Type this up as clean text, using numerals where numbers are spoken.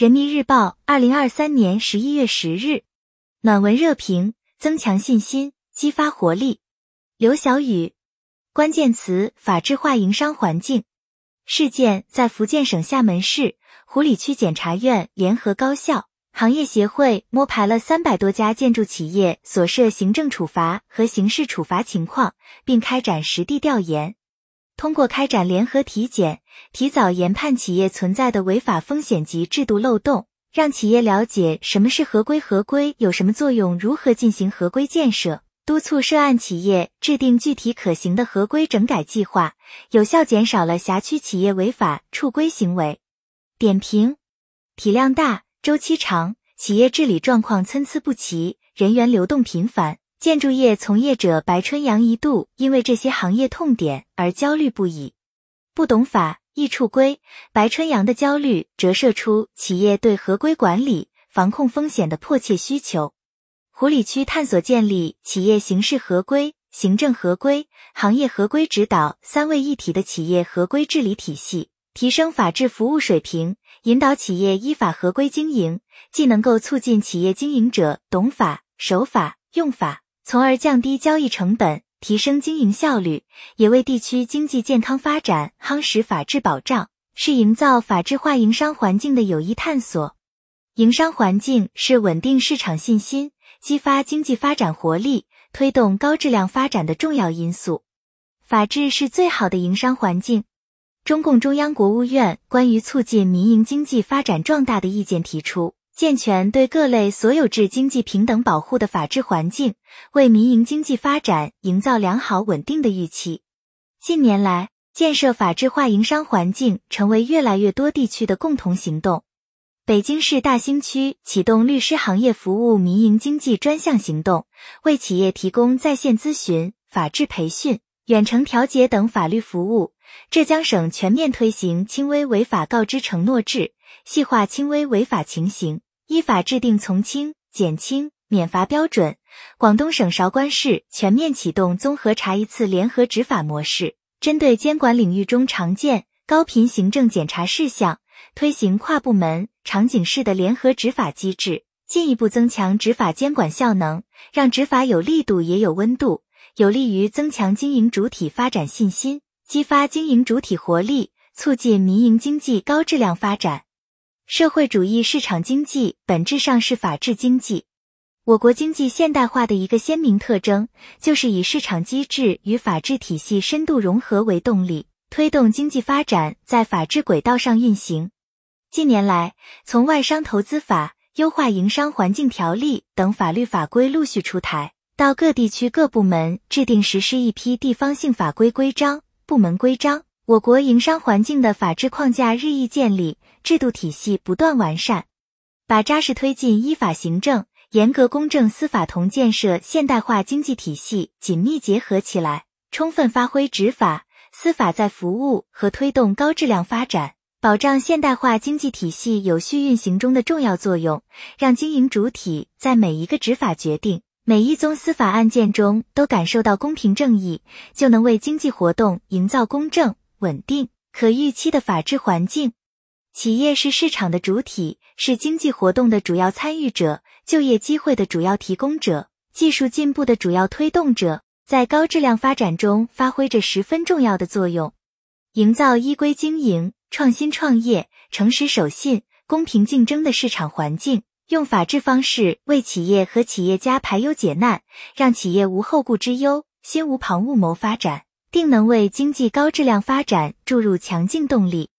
人民日报2023年11月10日，暖文热评：增强信心，激发活力。刘晓宇，关键词：法治化营商环境。事件在福建省厦门市湖里区检察院联合高校行业协会摸排了300多家建筑企业所涉行政处罚和刑事处罚情况，并开展实地调研。通过开展联合体检，提早研判企业存在的违法风险及制度漏洞，让企业了解什么是合规有什么作用，如何进行合规建设，督促涉案企业制定具体可行的合规整改计划，有效减少了辖区企业违法触规行为。点评：体量大，周期长，企业治理状况参差不齐，人员流动频繁。建筑业从业者白春阳一度因为这些行业痛点而焦虑不已。不懂法，易触规，白春阳的焦虑折射出企业对合规管理、防控风险的迫切需求。湖里区探索建立企业刑事合规、行政合规、行业合规指导3位一体的企业合规治理体系，提升法治服务水平，引导企业依法合规经营，既能够促进企业经营者懂法、守法、用法，从而降低交易成本，提升经营效率，也为地区经济健康发展夯实法治保障，是营造法治化营商环境的有益探索。营商环境是稳定市场信心、激发经济发展活力、推动高质量发展的重要因素。法治是最好的营商环境。中共中央国务院关于促进民营经济发展壮大的意见提出，健全对各类所有制经济平等保护的法治环境，为民营经济发展营造良好稳定的预期。近年来，建设法治化营商环境成为越来越多地区的共同行动。北京市大兴区启动律师行业服务民营经济专项行动，为企业提供在线咨询、法治培训、远程调解等法律服务。浙江省全面推行轻微违法告知承诺制，细化轻微违法情形，依法制定从轻、减轻、免罚标准。广东省韶关市全面启动综合查一次联合执法模式，针对监管领域中常见、高频行政检查事项，推行跨部门、场景式的联合执法机制，进一步增强执法监管效能，让执法有力度也有温度，有利于增强经营主体发展信心，激发经营主体活力，促进民营经济高质量发展。社会主义市场经济本质上是法治经济。我国经济现代化的一个鲜明特征，就是以市场机制与法治体系深度融合为动力，推动经济发展在法治轨道上运行。近年来，从外商投资法、优化营商环境条例等法律法规陆续出台，到各地区各部门制定实施一批地方性法规规章、部门规章，我国营商环境的法治框架日益建立，制度体系不断完善，把扎实推进依法行政、严格公正司法同建设现代化经济体系紧密结合起来，充分发挥执法、司法在服务和推动高质量发展，保障现代化经济体系有序运行中的重要作用，让经营主体在每一个执法决定、每一宗司法案件中都感受到公平正义，就能为经济活动营造公正、稳定、可预期的法治环境。企业是市场的主体，是经济活动的主要参与者，就业机会的主要提供者，技术进步的主要推动者，在高质量发展中发挥着十分重要的作用。营造依规经营、创新创业、诚实守信、公平竞争的市场环境，用法治方式为企业和企业家排忧解难，让企业无后顾之忧，心无旁骛谋发展，定能为经济高质量发展注入强劲动力。